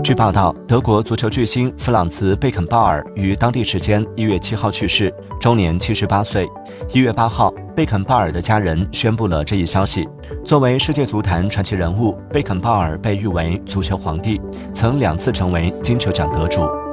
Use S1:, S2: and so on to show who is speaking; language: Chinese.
S1: 据报道，德国足球巨星弗朗茨·贝肯鲍尔于当地时间1月7号去世，终年78岁。1月8号，贝肯鲍尔的家人宣布了这一消息。作为世界足坛传奇人物，贝肯鲍尔被誉为足球皇帝，曾2次成为金球奖得主。